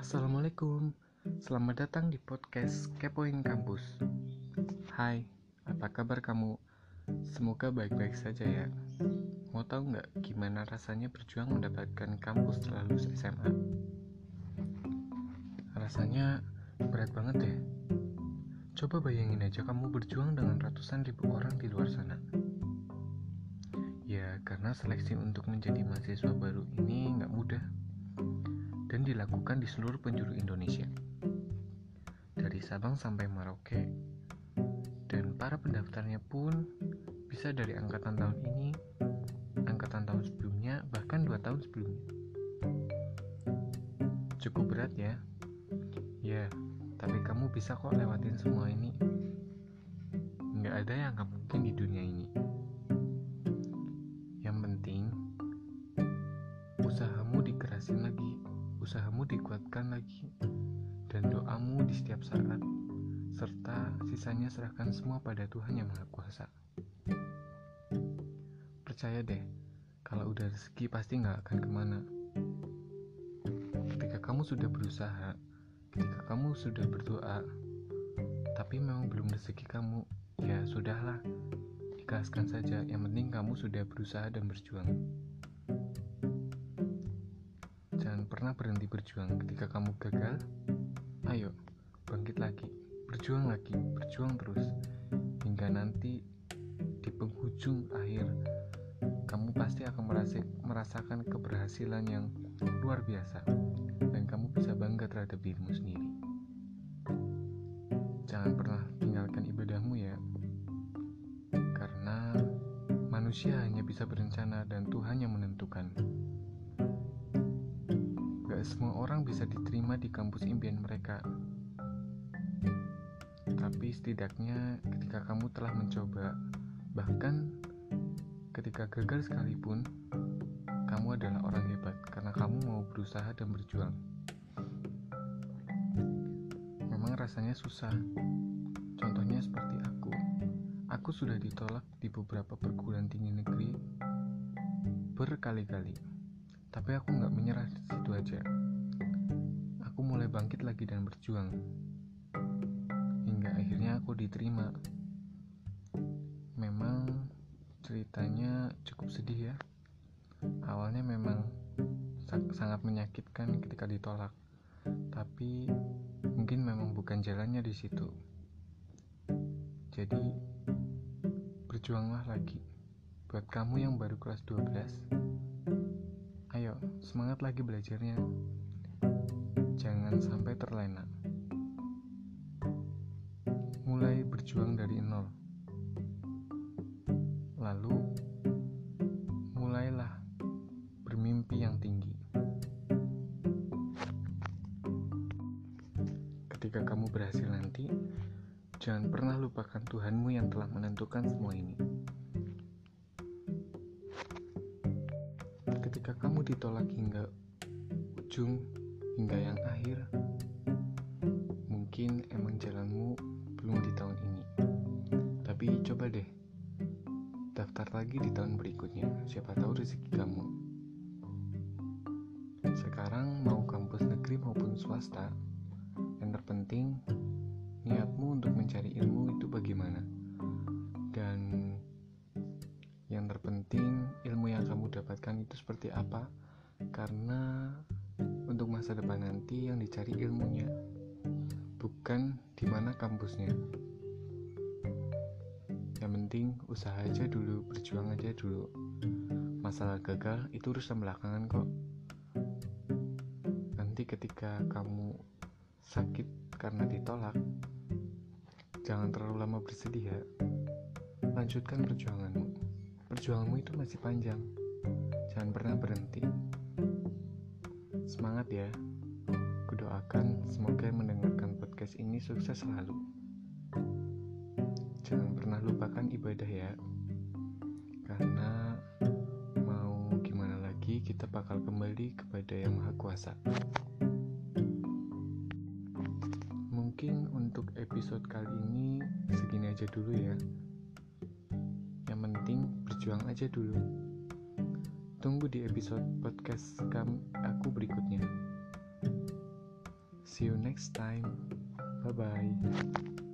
Assalamualaikum, selamat datang di podcast Kepoin Kampus. Hai, apa kabar kamu? Semoga baik-baik saja ya. Mau tahu nggak gimana rasanya berjuang mendapatkan kampus setelah lulus SMA? Rasanya berat banget ya. Coba bayangin aja kamu berjuang dengan ratusan ribu orang di luar sana. Ya, karena seleksi untuk menjadi mahasiswa baru ini nggak mudah dan dilakukan di seluruh penjuru Indonesia, dari Sabang sampai Merauke, dan para pendaftarnya pun bisa dari angkatan tahun ini, angkatan tahun sebelumnya, bahkan 2 tahun sebelumnya. Cukup berat ya? Ya, tapi kamu bisa kok lewatin semua ini. Nggak ada yang nggak mungkin di dunia ini. Yang penting, usahamu dikerasin lagi, usahamu dikuatkan lagi, dan doamu di setiap saat, serta sisanya serahkan semua pada Tuhan Yang Maha Kuasa. Percaya deh, kalau udah rezeki pasti gak akan kemana. Ketika kamu sudah berusaha, ketika kamu sudah berdoa, tapi memang belum rezeki kamu, ya sudahlah, ikhlaskan saja. Yang penting kamu sudah berusaha dan berjuang. Jangan pernah berhenti berjuang. Ketika kamu gagal, ayo bangkit lagi, berjuang terus, hingga nanti di penghujung akhir kamu pasti akan merasakan keberhasilan yang luar biasa, dan kamu bisa bangga terhadap dirimu sendiri. Jangan pernah tinggalkan ibadahmu ya, karena manusia hanya bisa berencana dan Tuhan yang menentukan. Gak semua orang bisa diterima di kampus impian mereka, tapi setidaknya ketika kamu telah mencoba, bahkan ketika gagal sekalipun, kamu adalah orang hebat karena kamu mau berusaha dan berjuang. Memang rasanya susah. Contohnya seperti aku. Aku sudah ditolak di beberapa perguruan tinggi negeri berkali-kali. Tapi aku gak menyerah di situ aja. Aku mulai bangkit lagi dan berjuang. Hingga akhirnya aku diterima. Memang ceritanya cukup sedih ya. Awalnya memang sangat menyakitkan ketika ditolak, tapi mungkin memang bukan jalannya di situ. Jadi berjuanglah lagi. Buat kamu yang baru kelas 12, ayo semangat lagi belajarnya. Jangan sampai terlena. Mulai berjuang dari nol. Lalu mulailah bermimpi yang tinggi. Ketika kamu berhasil nanti, jangan pernah lupakan Tuhanmu yang telah menentukan semua ini. Ketika kamu ditolak hingga ujung, hingga yang akhir, mungkin emang jalanmu belum di tahun ini. Tapi coba deh, daftar lagi di tahun berikutnya, siapa tahu rezeki kamu. Sekarang mau kampus negeri maupun swasta, yang terpenting niatmu untuk mencari ilmu itu bagaimana. Dan yang terpenting ilmu yang kamu dapatkan itu seperti apa, karena untuk masa depan nanti yang dicari ilmunya, bukan di mana kampusnya. Yang penting usaha aja dulu, berjuang aja dulu. Masalah gagal itu urusan belakangan kok. Nanti ketika kamu sakit karena ditolak, jangan terlalu lama bersedih ya. Lanjutkan perjuanganmu. Perjuanganmu itu masih panjang. Jangan pernah berhenti. Semangat ya. Kudoakan semoga yang mendengarkan podcast ini sukses selalu. Jangan pernah lupakan ibadah ya. Karena mau gimana lagi, kita bakal kembali kepada Yang Maha Kuasa. Mungkin untuk episode kali ini segini aja dulu ya. Yang penting berjuang aja dulu. Tunggu di episode podcast aku berikutnya. See you next time. Bye bye.